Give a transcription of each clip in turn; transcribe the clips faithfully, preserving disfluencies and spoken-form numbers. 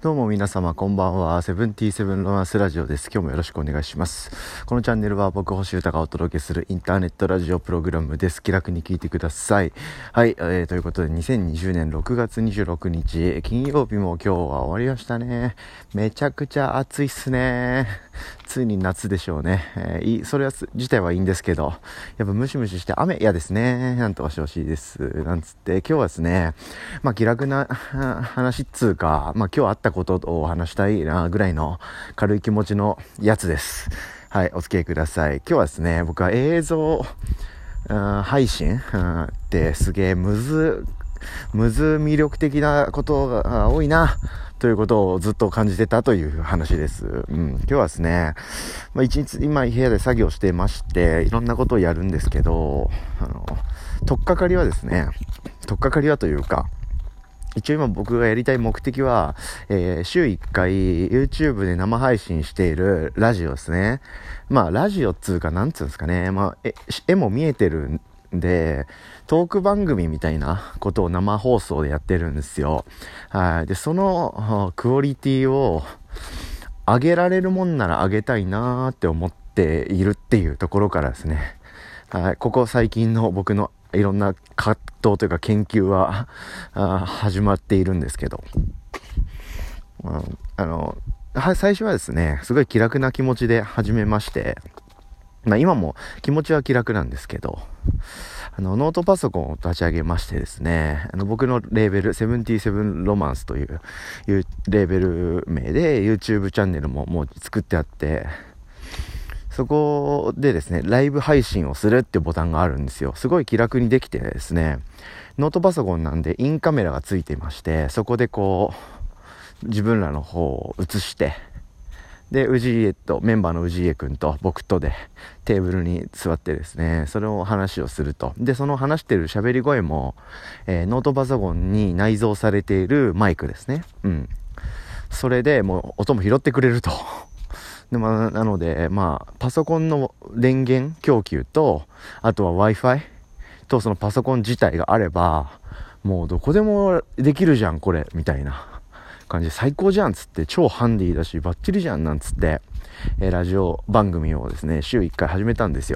どうも皆様こんばんは。セブンティーセブンロマンスラジオです。今日もよろしくお願いします。このチャンネルは僕星歌がお届けするインターネットラジオプログラムです。気楽に聞いてください。はい、えー、ということでにせんにじゅうねんろくがつにじゅうろくにち金曜日も今日は終わりましたね。めちゃくちゃ暑いっすね。ついに夏でしょうね。えー、いいそれは自体はいいんですけど、やっぱムシムシして雨嫌ですね。なんとかしてほしいです。なんつって今日はですね、まあ気楽な話っつうか、まあ今日あったことを話したいなぐらいの軽い気持ちのやつです。はい、お付き合いください。今日はですね、僕は映像配信ってすげえむずむず魅力的なことが多いなということをずっと感じてたという話です。うん、今日はですね、まあ、一日今部屋で作業してましていろんなことをやるんですけど、あの取っかかりはですね、取っかかりはというか。一応今僕がやりたい目的は、えー、週いっかい YouTube で生配信しているラジオですね。まあラジオっつうかなんつうんですかね。まあ絵、絵も見えてるんで、トーク番組みたいなことを生放送でやってるんですよ。はい。で、そのクオリティを上げられるもんなら上げたいなーって思っているっていうところからですね。はい。ここ最近の僕のいろんな葛藤というか研究は始まっているんですけど、うん、あのは最初はですねすごい気楽な気持ちで始めまして、まあ、今も気持ちは気楽なんですけど、あのノートパソコンを立ち上げましてですね、あの僕のレーベルセブンティーセブンロマンスといういうレーベル名で YouTube チャンネルももう作ってあって、そこでですね、ライブ配信をするっていうボタンがあるんですよ。すごい気楽にできてですね、ノートパソコンなんでインカメラがついてまして、そこでこう、自分らの方を映して、で、氏家と、メンバーの氏家くんと僕とでテーブルに座ってですね、それを話をすると。で、その話してる喋り声も、えー、ノートパソコンに内蔵されているマイクですね。うん。それでもう音も拾ってくれると。でまあ、なので、まあ、パソコンの電源供給と、あとは Wi-Fi とそのパソコン自体があれば、もうどこでもできるじゃん、これ、みたいな感じで最高じゃんつって、超ハンディだし、バッチリじゃんなんつって、えー、ラジオ番組をですね、週いっかい始めたんですよ。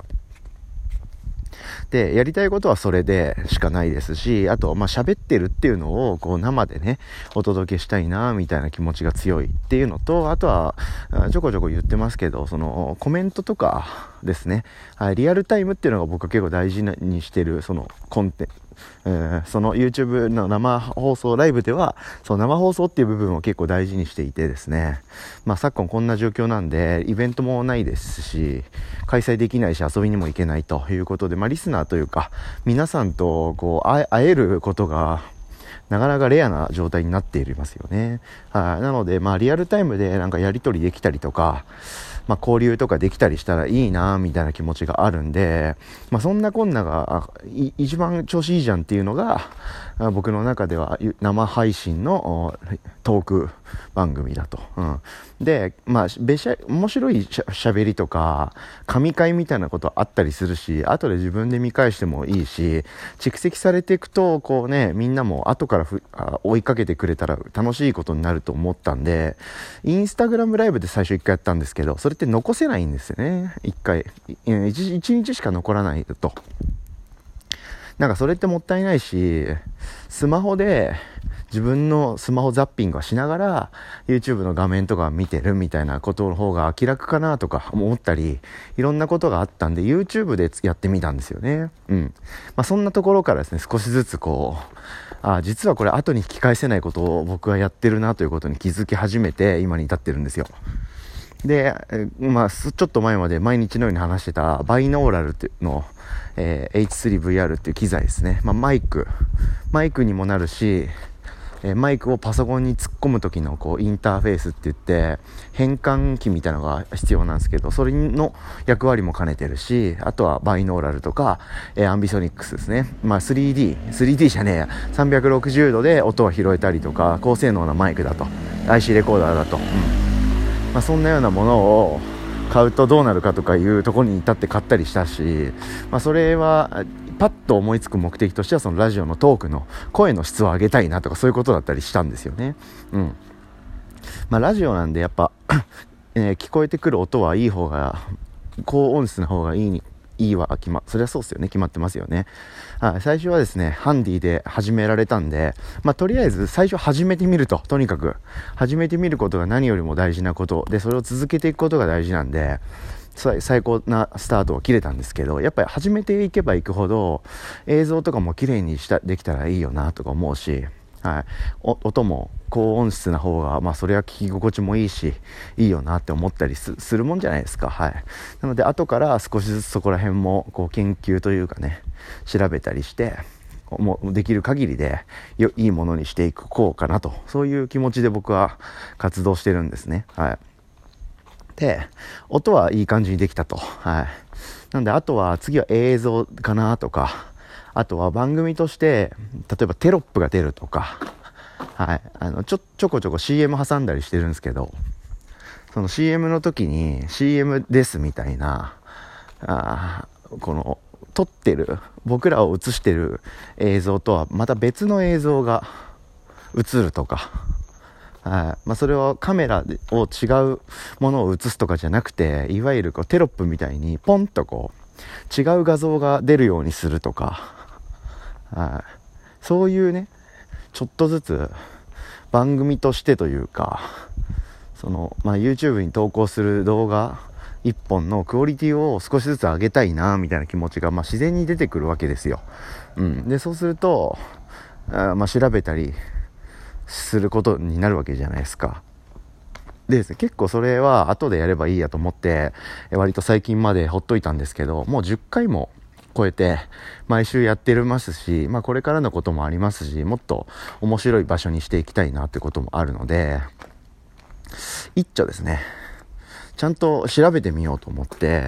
で、やりたいことはそれでしかないですし、あと、まあ、喋ってるっていうのを、こう、生でね、お届けしたいな、みたいな気持ちが強いっていうのと、あとは、ちょこちょこ言ってますけど、その、コメントとかですね、はい、リアルタイムっていうのが僕は結構大事にしてる、その、コンテンツ、えー、その YouTube の生放送ライブではその生放送っていう部分を結構大事にしていてですね、まあ昨今こんな状況なんでイベントもないですし開催できないし遊びにも行けないということで、まあリスナーというか皆さんとこう会えることがなかなかレアな状態になっていますよね。はい、なのでまあリアルタイムでなんかやり取りできたりとか、まあ、交流とかできたりしたらいいなみたいな気持ちがあるんで、まあ、そんなこんなが一番調子いいじゃんっていうのが僕の中では生配信のトーク番組だと、うん、でまあべしゃ面白いしゃ喋りとか神回みたいなことあったりするし、後で自分で見返してもいいし、蓄積されていくとこうね、みんなも後からふ追いかけてくれたら楽しいことになると思ったんで、インスタグラムライブで最初いっかいやったんですけど、それって残せないんですよね。いっかいいちにちしか残らないと、なんかそれってもったいないし、スマホで自分のスマホザッピングをしながら YouTube の画面とか見てるみたいなことの方が気楽かなとか思ったり、いろんなことがあったんで YouTube でやってみたんですよね。うん。まあそんなところからですね、少しずつこう、あ、実はこれ後に引き返せないことを僕はやってるなということに気づき始めて今に至ってるんですよ。で、まあ、ちょっと前まで毎日のように話してたバイノーラルっていうの、えー、エイチスリーブイアール っていう機材ですね。まあ、マイク、マイクにもなるし、えー、マイクをパソコンに突っ込む時のこうインターフェースって言って変換器みたいなのが必要なんですけど、それの役割も兼ねてるし、あとはバイノーラルとか、えー、アンビソニックスですね。まあ スリーディー、スリーディー じゃねえや、さんびゃくろくじゅうどで音を拾えたりとか、高性能なマイクだと、アイシー レコーダーだと、うん、まあ、そんなようなものを買うとどうなるかとかいうところに至って買ったりしたし、まあ、それはパッと思いつく目的としてはそのラジオのトークの声の質を上げたいなとかそういうことだったりしたんですよね。うん。 まあラジオなんでやっぱ、えー聞こえてくる音はいい方が、高音質の方がいいにいいは決ま、そりゃそうですよね、決まってますよね。はい、最初はですねハンディで始められたんで、まあとりあえず最初始めてみると、とにかく始めてみることが何よりも大事なことで、それを続けていくことが大事なんで、最高なスタートは切れたんですけど、やっぱり始めていけばいくほど映像とかも綺麗にしたできたらいいよなとか思うし、はい、お音も高音質な方が、まあそれは聞き心地もいいしいいよなって思ったり す, するもんじゃないですか。はい、なので後から少しずつそこら辺もこう研究というかね、調べたりして、もうできる限りでよいいものにしていこうかなと、そういう気持ちで僕は活動してるんですね。はい、で音はいい感じにできたと。はい、なんであとは次は映像かなとか、あとは番組として例えばテロップが出るとか、はい、あのちょちょこちょこ シーエム 挟んだりしてるんですけど、その シーエム の時に シーエム ですみたいな、あこの撮ってる僕らを映してる映像とはまた別の映像が映るとか、はいまあ、それはカメラを違うものを映すとかじゃなくて、いわゆるこうテロップみたいにポンとこう違う画像が出るようにするとか、はい、そういうねちょっとずつ番組としてというか、その、まあ、YouTube に投稿する動画一本のクオリティを少しずつ上げたいなみたいな気持ちが、まあ、自然に出てくるわけですよ。うん、でそうするとあ、まあ、調べたりすることになるわけじゃないですか。でですね、結構それは後でやればいいやと思って割と最近までほっといたんですけど、もうじゅっかいも超えて毎週やってますし、まあ、これからのこともありますし、もっと面白い場所にしていきたいなってこともあるので、一丁ですねちゃんと調べてみようと思って、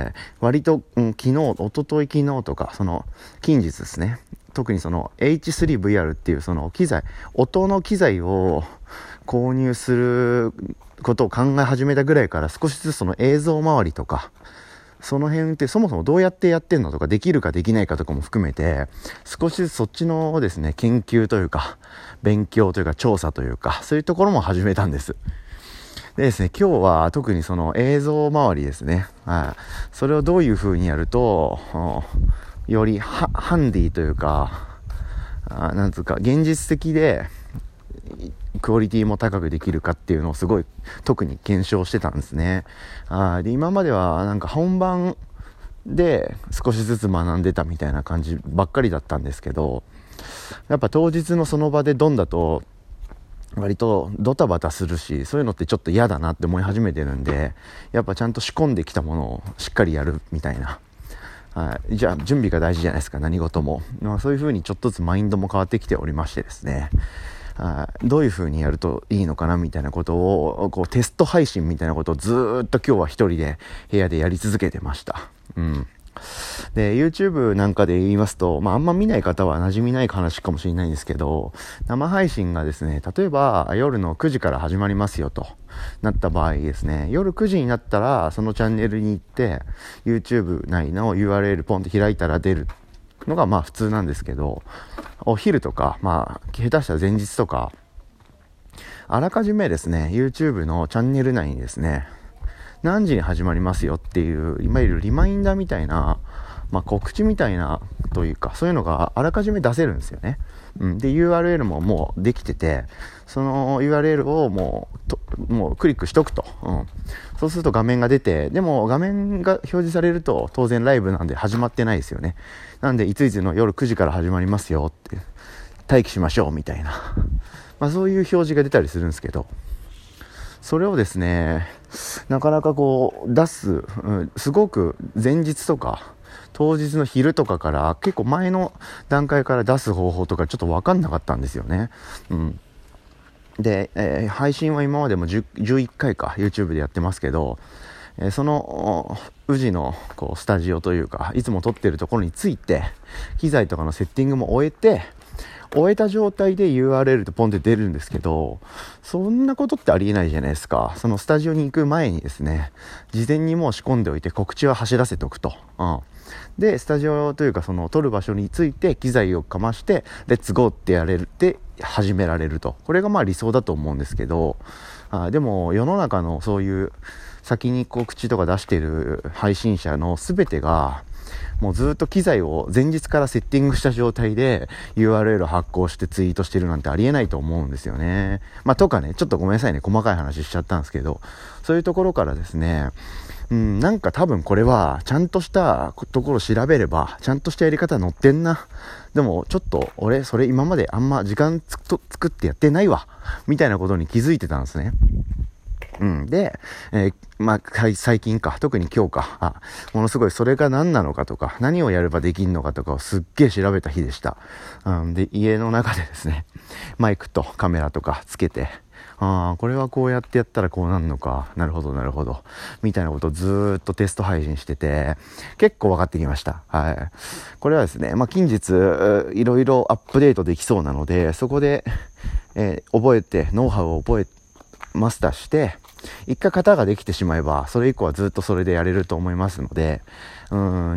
割と、うん、昨日一昨日昨日とかその近日ですね、特にその エイチスリーブイアール っていうその機材、音の機材を購入することを考え始めたぐらいから、少しずつその映像周りとかその辺ってそもそもどうやってやってんのとか、できるかできないかとかも含めて少しずつそっちのですね研究というか勉強というか調査というか、そういうところも始めたんです。でですね、今日は特にその映像周りですね、はい、それをどういう風にやるとよりハンディというか、あなんつうか現実的でクオリティも高くできるかっていうのをすごい特に検証してたんですね。あで今まではなんか本番で少しずつ学んでたみたいな感じばっかりだったんですけど、やっぱ当日のその場でドンだと割とドタバタするし、そういうのってちょっと嫌だなって思い始めてるんで、やっぱちゃんと仕込んできたものをしっかりやるみたいな、はい、じゃあ準備が大事じゃないですか、何事も。まあ、そういう風にちょっとずつマインドも変わってきておりましてですね、はい、どういう風にやるといいのかなみたいなことをこうテスト配信みたいなことをずーっと今日は一人で部屋でやり続けてました。うんで YouTube なんかで言いますと、まあ、あんま見ない方は馴染みない話かもしれないんですけど、生配信がですね、例えば夜のくじから始まりますよとなった場合ですね、夜くじになったらそのチャンネルに行って YouTube 内の ユーアールエル ポンって開いたら出るのがまあ普通なんですけど、お昼とか、まあ下手したら前日とかあらかじめですね YouTube のチャンネル内にですね、何時に始まりますよっていういわゆるリマインダーみたいな、まあ、告知みたいなというか、そういうのがあらかじめ出せるんですよね。うん、で ユーアールエル ももうできてて、その ユーアールエル をもうともうクリックしとくと、うん、そうすると画面が出て、でも画面が表示されると当然ライブなんで始まってないですよね。なんでいついつの夜くじから始まりますよって待機しましょうみたいな、まあ、そういう表示が出たりするんですけど、それをですねなかなかこう出す、うん、すごく前日とか当日の昼とかから結構前の段階から出す方法とかちょっと分かんなかったんですよね。うんで、えー、配信は今までもじゅう、じゅういっかいか YouTube でやってますけど、えー、その宇治のこうスタジオというかいつも撮ってるところについて機材とかのセッティングも終えて終えた状態で ユーアールエル とポンって出るんですけど、そんなことってありえないじゃないですか。そのスタジオに行く前にですね、事前にもう仕込んでおいて告知は走らせておくと、うん、でスタジオというかその撮る場所について機材をかましてレッツゴーってやれるって始められると、これがまあ理想だと思うんですけど、あでも世の中のそういう先にこう口とか出している配信者の全てがもうずっと機材を前日からセッティングした状態で ユーアールエル 発行してツイートしてるなんてありえないと思うんですよね。まあとかね、ちょっとごめんなさいね、細かい話しちゃったんですけど、そういうところからですね、うん、なんか多分これはちゃんとしたところを調べればちゃんとしたやり方載ってんな、でもちょっと俺それ今まであんま時間つと作ってやってないわみたいなことに気づいてたんですね。うん、で、えー、まあ最近か、特に今日か、あものすごいそれが何なのかとか何をやればできんのかとかをすっげえ調べた日でした。うん、で家の中でですねマイクとカメラとかつけて、ああこれはこうやってやったらこうなるのか、なるほどなるほどみたいなことをずーっとテスト配信してて結構分かってきました。はい、これはですね、まあ近日いろいろアップデートできそうなので、そこで、えー、覚えてノウハウを覚えマスターして一回型ができてしまえばそれ以降はずっとそれでやれると思いますので、うん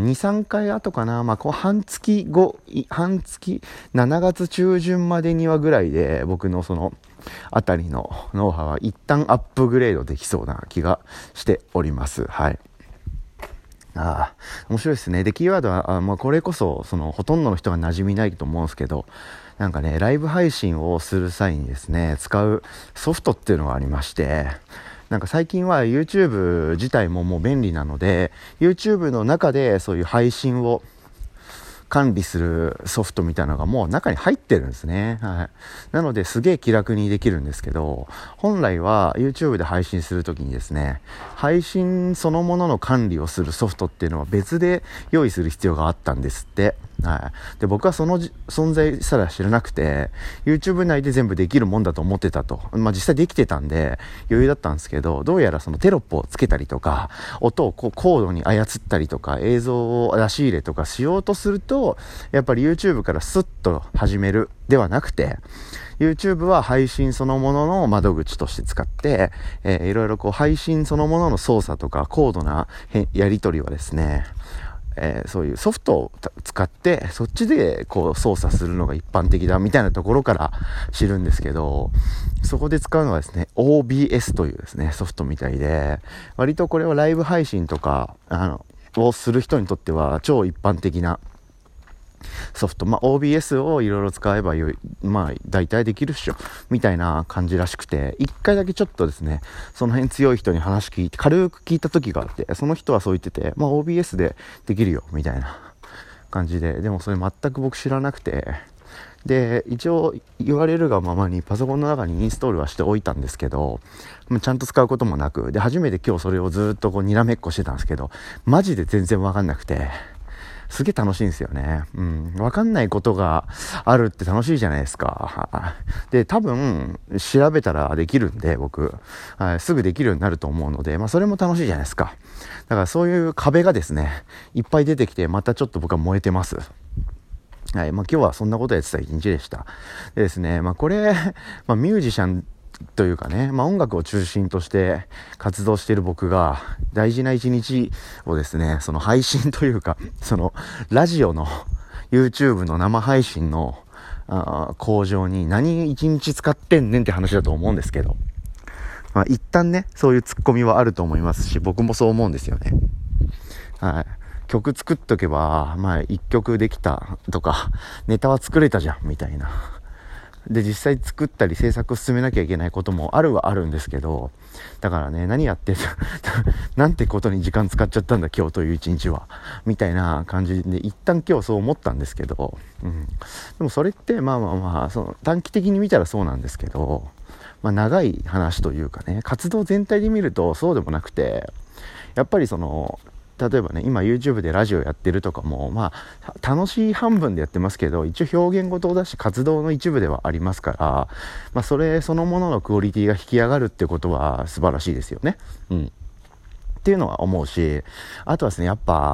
にさんかい後かな、まあこう半月後半月しちがつ中旬までにはぐらいで僕のそのあたりのノウハウは一旦アップグレードできそうな気がしております。はい。ああ面白いですね。でキーワードはあ、まあ、これこそそのほとんどの人が馴染みないと思うんですけど、なんかねライブ配信をする際にですね使うソフトっていうのがありまして、なんか最近は YouTube 自体ももう便利なので YouTube の中でそういう配信を管理するソフトみたいなのがもう中に入ってるんですね。はい。なのですげえ気楽にできるんですけど、本来は YouTube で配信するときにですね、配信そのものの管理をするソフトっていうのは別で用意する必要があったんですって。はい。で、僕はその存在さら知らなくて、YouTube 内で全部できるもんだと思ってたと。まあ実際できてたんで余裕だったんですけど、どうやらそのテロップをつけたりとか、音をこう高度に操ったりとか、映像を出し入れとかしようとすると、やっぱり YouTube からスッと始めるではなくて、YouTube は配信そのものの窓口として使って、えー、いろいろこう配信そのものの操作とか高度なやり取りはですね、えー、そういうソフトを使ってそっちでこう操作するのが一般的だみたいなところから知るんですけど、そこで使うのはですね オービーエス というですねソフトみたいで、割とこれはライブ配信とかあのをする人にとっては超一般的なソフト、まあ オービーエス をいろいろ使えばよい、まあ大体できるっしょみたいな感じらしくて、一回だけちょっとですねその辺強い人に話聞いて軽く聞いた時があって、その人はそう言ってて、まあ オービーエス でできるよみたいな感じで、でもそれ全く僕知らなくて、で一応言われるがままにパソコンの中にインストールはしておいたんですけど、ちゃんと使うこともなく、で初めて今日それをずっとこうにらめっこしてたんですけど、マジで全然わかんなくて、すげえ楽しいんですよね。うん。わかんないことがあるって楽しいじゃないですか。で、多分、調べたらできるんで、僕、はい、すぐできるようになると思うので、まあ、それも楽しいじゃないですか。だからそういう壁がですね、いっぱい出てきて、またちょっと僕は燃えてます。はい。まあ、今日はそんなことやってた一日でした。でですね、まあ、これ、まあ、ミュージシャン、というかね、まあ、音楽を中心として活動している僕が大事な一日をですね、その配信というかそのラジオの YouTube の生配信のあ工場に何一日使ってんねんって話だと思うんですけど、まあ、一旦ねそういうツッコミはあると思いますし、僕もそう思うんですよね。はい。曲作っとけばまあ一曲できたとかネタは作れたじゃんみたいな。で実際作ったり制作を進めなきゃいけないこともあるはあるんですけど、だからね何やってなんてことに時間使っちゃったんだ今日という一日はみたいな感じで一旦今日そう思ったんですけど、うん、でもそれってまあまあまあその短期的に見たらそうなんですけど、まあ、長い話というかね活動全体で見るとそうでもなくて、やっぱりその例えばね今 YouTube でラジオやってるとかもまあ楽しい半分でやってますけど、一応表現事だし活動の一部ではありますから、まあそれそのもののクオリティが引き上がるってことは素晴らしいですよね。うんっていうのは思うし、あとはですねやっぱ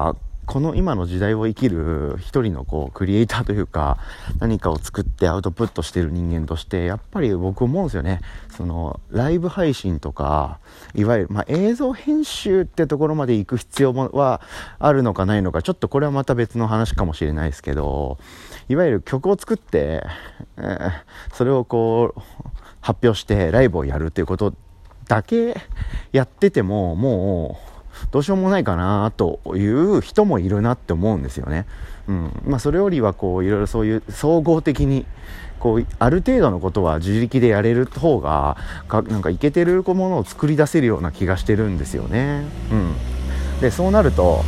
この今の時代を生きる一人のこうクリエイターというか、何かを作ってアウトプットしている人間として、やっぱり僕思うんですよね。そのライブ配信とか、いわゆる、まあ、映像編集ってところまで行く必要もはあるのかないのか、ちょっとこれはまた別の話かもしれないですけど、いわゆる曲を作って、えー、それをこう発表してライブをやるっていうことだけやってても、もうどうしようもないかなという人もいるなって思うんですよね。うんまあ、それよりはこういろいろそういう総合的にこうある程度のことは自力でやれる方がかなんかイケてるものを作り出せるような気がしてるんですよね。うん、でそうなると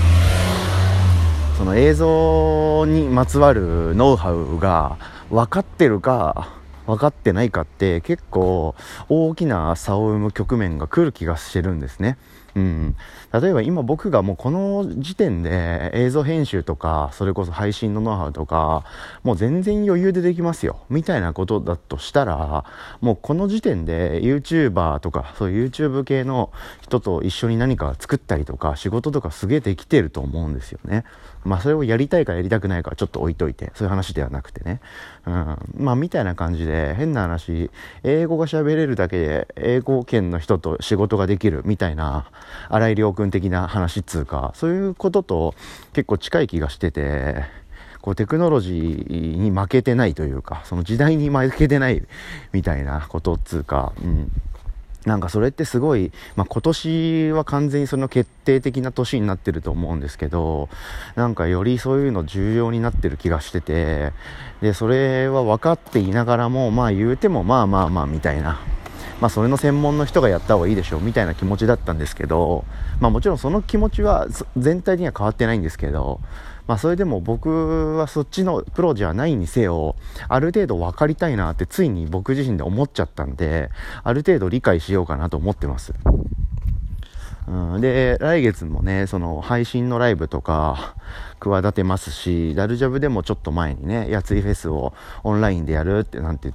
その映像にまつわるノウハウが分かってるか分かってないかって結構大きな差を生む局面が来る気がしてるんですね。うん、例えば今僕がもうこの時点で映像編集とかそれこそ配信のノウハウとかもう全然余裕でできますよみたいなことだとしたら、もうこの時点で YouTuber とかそういう YouTube 系の人と一緒に何か作ったりとか仕事とかすげえできてると思うんですよね。まあそれをやりたいかやりたくないかちょっと置いといて、そういう話ではなくてね、うん、まあみたいな感じで変な話、英語が喋れるだけで英語圏の人と仕事ができるみたいな荒井亮君的な話っつうか、そういうことと結構近い気がしてて、こうテクノロジーに負けてないというか、その時代に負けてないみたいなことっつうか、うんなんかそれってすごい、まあ、今年は完全にその決定的な年になってると思うんですけど、なんかよりそういうの重要になってる気がしてて、でそれは分かっていながらも、まあ言うてもまあまあまあみたいな、まあそれの専門の人がやった方がいいでしょうみたいな気持ちだったんですけど、まあもちろんその気持ちは全体には変わってないんですけど、まあそれでも僕はそっちのプロじゃないにせよ、ある程度分かりたいなってついに僕自身で思っちゃったんで、ある程度理解しようかなと思ってます。うん、で来月もねその配信のライブとか企てますし、ダルジャブでもちょっと前にねやついフェスをオンラインでやるってなんて言って、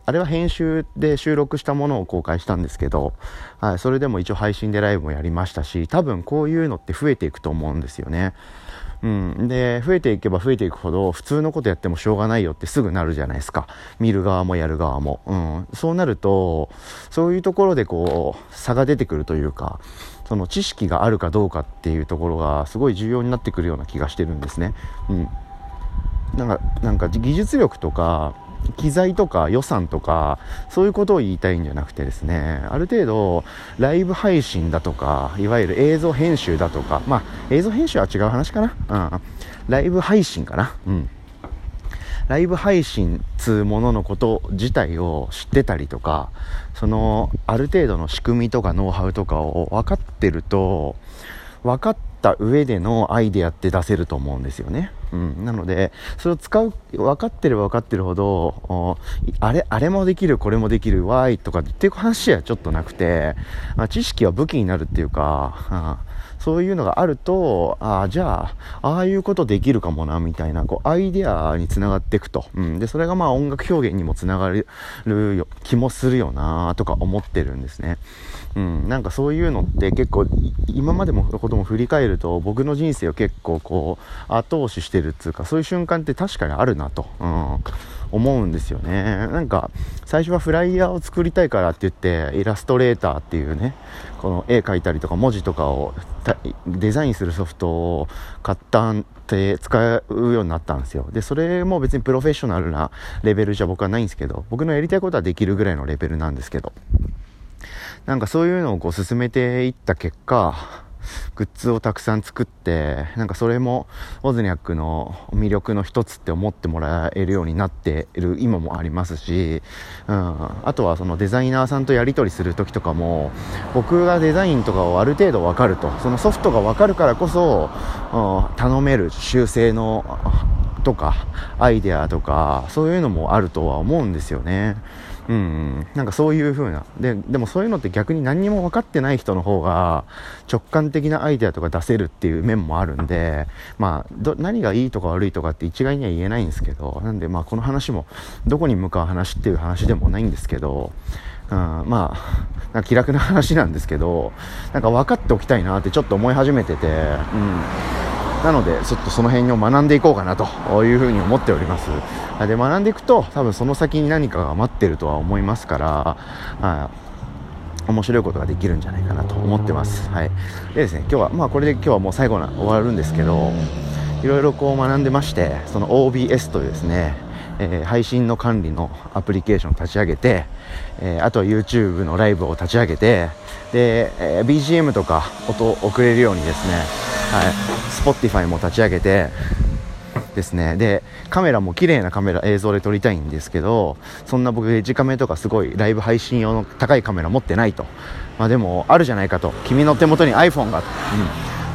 あれは編集で収録したものを公開したんですけど、はい、それでも一応配信でライブもやりましたし、多分こういうのって増えていくと思うんですよね。うん、で増えていけば増えていくほど普通のことやってもしょうがないよってすぐなるじゃないですか、見る側もやる側も、うん、そうなるとそういうところでこう差が出てくるというか、その知識があるかどうかっていうところがすごい重要になってくるような気がしてるんですね。うん、なんか、なんか技術力とか機材とか予算とかそういうことを言いたいんじゃなくてですね、ある程度ライブ配信だとかいわゆる映像編集だとか、まあ映像編集は違う話かな、うん、ライブ配信かな、うん、ライブ配信つうもののこと自体を知ってたりとか、そのある程度の仕組みとかノウハウとかを分かってると、分かった上でのアイデアって出せると思うんですよね。うん、なのでそれを使う、分かってれば分かってるほどあれあれもできるこれもできるわーいとかっていう話はちょっとなくて、まあ、知識は武器になるっていうか、あそういうのがあると、あじゃあああいうことできるかもなみたいなこうアイデアにつながっていくと、うん、でそれがまあ音楽表現にもつながるよ気もするよなとか思ってるんですね。うん、なんかそういうのって結構今までのことも振り返ると僕の人生を結構こう後押ししてるっていうか、そういう瞬間って確かにあるなと、うん、思うんですよね。なんか最初はフライヤーを作りたいからって言ってイラストレーターっていうね、この絵描いたりとか文字とかをデザインするソフトを買ったんで使うようになったんですよ。でそれも別にプロフェッショナルなレベルじゃ僕はないんですけど、僕のやりたいことはできるぐらいのレベルなんですけど、なんかそういうのをこう進めていった結果、グッズをたくさん作って、なんかそれもオズニャックの魅力の一つって思ってもらえるようになっている今もありますし、うん、あとはそのデザイナーさんとやり取りする時とかも、僕がデザインとかをある程度分かると、そのソフトが分かるからこそ、うん、頼める修正のとかアイデアとかそういうのもあるとは思うんですよね。うん、なんかそういう風なで、でもそういうのって逆に何にも分かってない人の方が直感的なアイデアとか出せるっていう面もあるんで、まあど何がいいとか悪いとかって一概には言えないんですけど、なんでまあこの話もどこに向かう話っていう話でもないんですけど、うん、まあなんか気楽な話なんですけど、なんか分かっておきたいなってちょっと思い始めてて、うんなのでちょっとその辺を学んでいこうかなというふうに思っております。で学んでいくと多分その先に何かが待ってるとは思いますから、あ面白いことができるんじゃないかなと思ってます。はい。でですね、今日はまあこれで今日はもう最後な終わるんですけど、いろいろこう学んでまして、その オービーエス というですね、えー、配信の管理のアプリケーションを立ち上げて、えー、あとは YouTube のライブを立ち上げて、で、えー、ビージーエム とか音を送れるようにですね、はい、Spotify も立ち上げてですね、でカメラも綺麗なカメラ映像で撮りたいんですけど、そんな僕デジカメとかすごいライブ配信用の高いカメラ持ってないと、まあでもあるじゃないかと、君の手元に iPhone が、うん、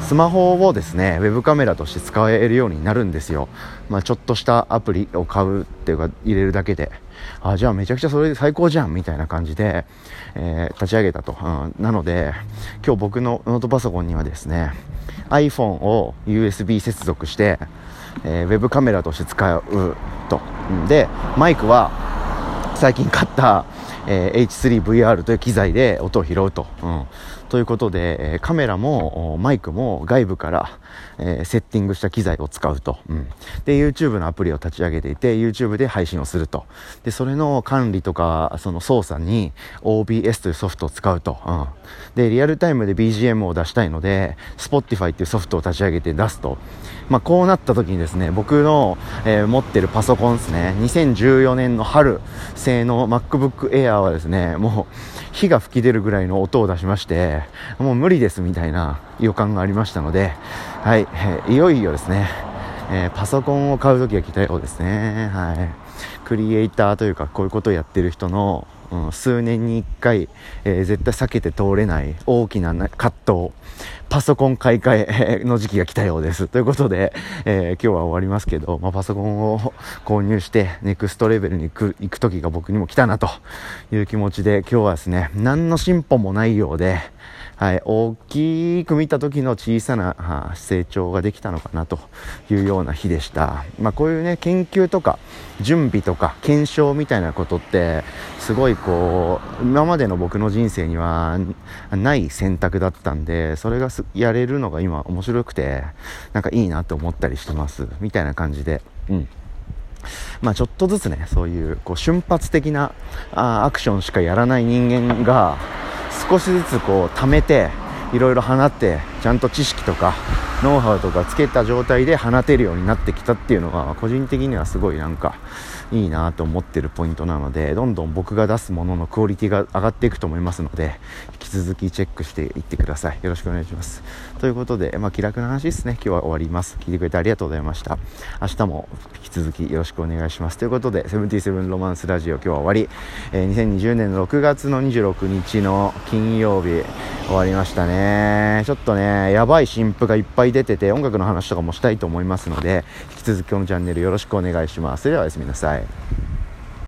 スマホをですねウェブカメラとして使えるようになるんですよ。まあ、ちょっとしたアプリを買うっていうか入れるだけで、あじゃあめちゃくちゃそれで最高じゃんみたいな感じで、えー、立ち上げたと、うん、なので今日僕のノートパソコンにはですね iPhone を ユーエスビー 接続して、えー、ウェブカメラとして使うと、でマイクは最近買った、えー、エイチスリーブイアール という機材で音を拾うと、うん、ということで、えー、カメラもマイクも外部から、えー、セッティングした機材を使うと、うん、で YouTube のアプリを立ち上げていて YouTube で配信をすると、でそれの管理とかその操作に オービーエス というソフトを使うと、うん、でリアルタイムで ビージーエム を出したいので Spotify っていうソフトを立ち上げて出すと、まあ、こうなった時にですね僕の、えー、持ってるパソコンですね、にせんじゅうよねんの春製の MacBook Air はですねもう火が吹き出るぐらいの音を出しまして、もう無理ですみたいな予感がありましたので、はい、えー、いよいよですね、えー、パソコンを買う時が来たようですね。はい、クリエイターというかこういうことをやってる人の、うん、数年にいっかい、えー、絶対避けて通れない大きな葛藤、パソコン買い替えの時期が来たようですということで、えー、今日は終わりますけど、まあ、パソコンを購入してネクストレベルに行く、行く時が僕にも来たなという気持ちで、今日はですね何の進歩もないようで、はい、大きく見た時の小さな、はあ、成長ができたのかなというような日でした。まあ、こういうね研究とか準備とか検証みたいなことってすごいこう今までの僕の人生にはない選択だったんで、それがやれるのが今面白くてなんかいいなと思ったりしてますみたいな感じで、うんまあちょっとずつねそういうこう瞬発的なあアクションしかやらない人間が少しずつこう貯めていろいろ放ってちゃんと知識とかノウハウとかつけた状態で放てるようになってきたっていうのが個人的にはすごいなんかいいなと思ってるポイントなので、どんどん僕が出すもののクオリティが上がっていくと思いますので、引き続きチェックしていってください。よろしくお願いします。ということで、まあ、気楽な話ですね。今日は終わります。聞いてくれてありがとうございました。明日も引き続きよろしくお願いします。ということでセブンティーセブンロマンスラジオ今日は終わり、えー、にせんにじゅうねんのろくがつのにじゅうろくにちの金曜日終わりましたね。ちょっとねやばい新譜がいっぱい出てて音楽の話とかもしたいと思いますので、引き続きこのチャンネルよろしくお願いします。それではおやすみなさい。